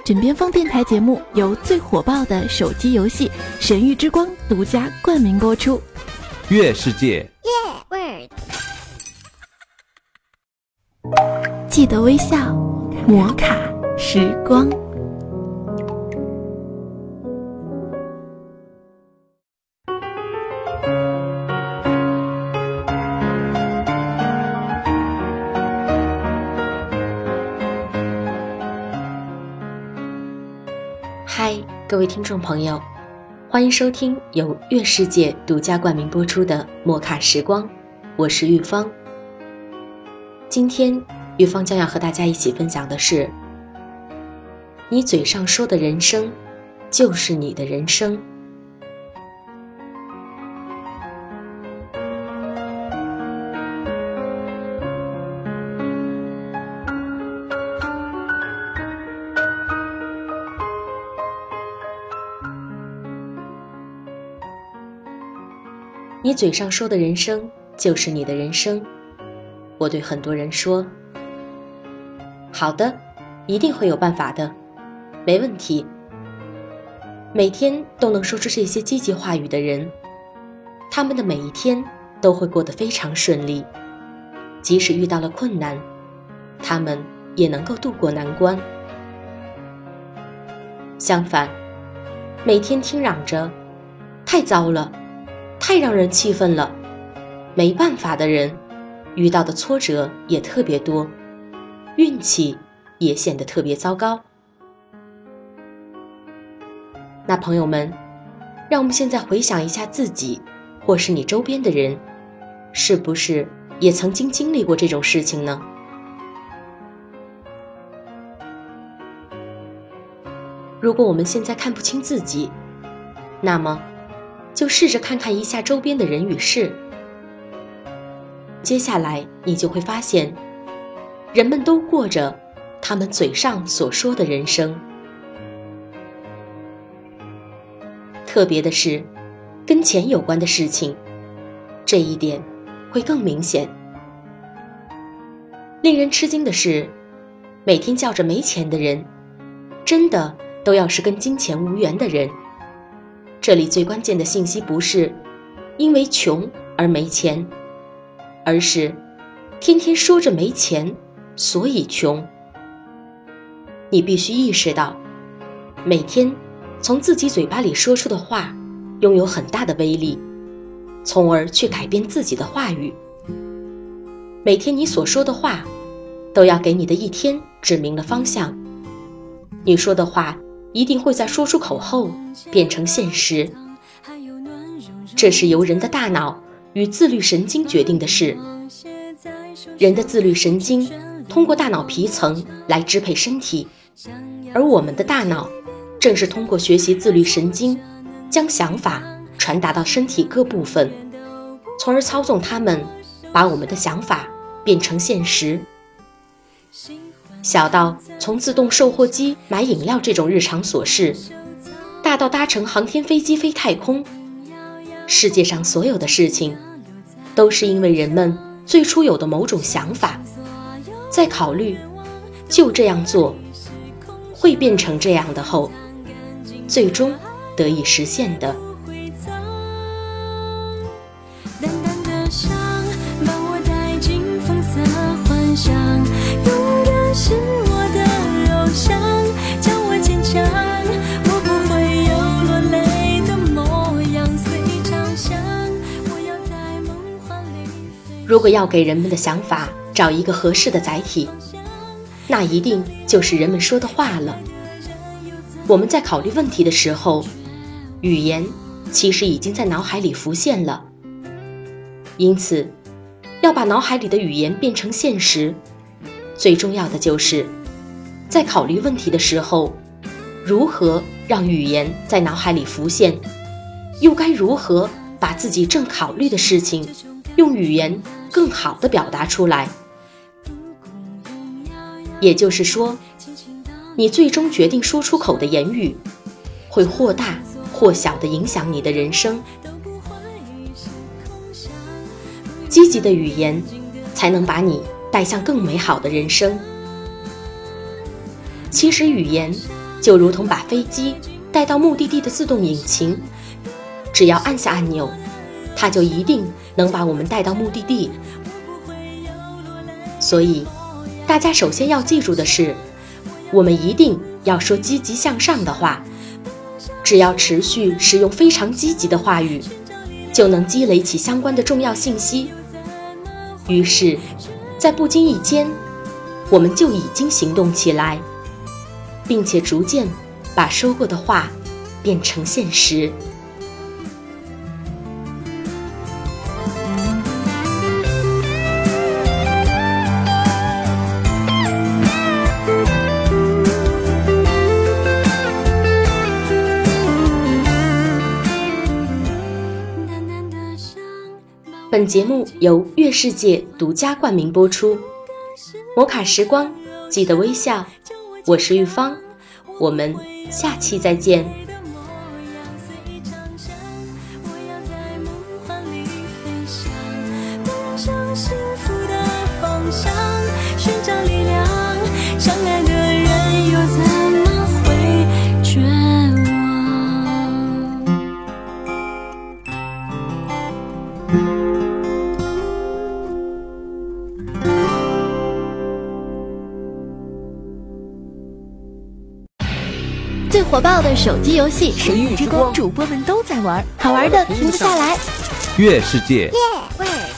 枕边风电台节目由最火爆的手机游戏《神域之光》独家冠名播出。 月世界， 记得微笑，摩卡时光。 嗨，各位听众朋友，欢迎收听由月世界独家冠名播出的摩卡时光，我是玉芳。今天玉芳将要和大家一起分享的是，你嘴上说的人生就是你的人生。你嘴上说的人生就是你的人生。我对很多人说，好的，一定会有办法的，没问题。每天都能说出这些积极话语的人，他们的每一天都会过得非常顺利，即使遇到了困难，他们也能够度过难关。相反，每天听嚷着太糟了，太让人气愤了，没办法的人，遇到的挫折也特别多，运气也显得特别糟糕。那朋友们，让我们现在回想一下自己，或是你周边的人，是不是也曾经经历过这种事情呢？如果我们现在看不清自己，那么就试着看看一下周边的人与事。接下来你就会发现，人们都过着他们嘴上所说的人生。特别的是，跟钱有关的事情，这一点会更明显。令人吃惊的是，每天叫着没钱的人，真的都要是跟金钱无缘的人。这里最关键的信息不是因为穷而没钱，而是天天说着没钱，所以穷。你必须意识到，每天从自己嘴巴里说出的话拥有很大的威力，从而去改变自己的话语。每天你所说的话都要给你的一天指明了方向，你说的话一定会在说出口后变成现实。这是由人的大脑与自律神经决定的事。人的自律神经通过大脑皮层来支配身体，而我们的大脑正是通过学习自律神经，将想法传达到身体各部分，从而操纵它们，把我们的想法变成现实。小到从自动售货机买饮料这种日常琐事，大到搭乘航天飞机飞太空，世界上所有的事情都是因为人们最初有的某种想法，在考虑就这样做会变成这样的后，最终得以实现的。 淡淡的伤把我带进风色幻想，勇敢是我的偶像，叫我坚强，我不会有落泪的模样，随着想我要在梦幻里飞。 如果要给人们的想法找一个合适的载体，那一定就是人们说的话了。我们在考虑问题的时候，语言其实已经在脑海里浮现了。因此，要把脑海里的语言变成现实，最重要的就是在考虑问题的时候，如何让语言在脑海里浮现，又该如何把自己正考虑的事情用语言更好地表达出来。也就是说，你最终决定说出口的言语，会或大或小地影响你的人生。积极的语言才能把你带向更美好的人生。其实语言就如同把飞机带到目的地的自动引擎，只要按下按钮，它就一定能把我们带到目的地。所以大家首先要记住的是，我们一定要说积极向上的话，只要持续使用非常积极的话语，就能积累起相关的重要信息。于是在不经意间，我们就已经行动起来，并且逐渐把说过的话变成现实。本节目由乐世界独家冠名播出，摩卡时光，记得微笑。我是玉芳，我们下期再见。幸福的方向，寻找力量，相爱的人又怎么会绝望？ 最火爆的手机游戏《 神域之光》，主播们都在玩， 好玩的停不下来。 月世界。 喂。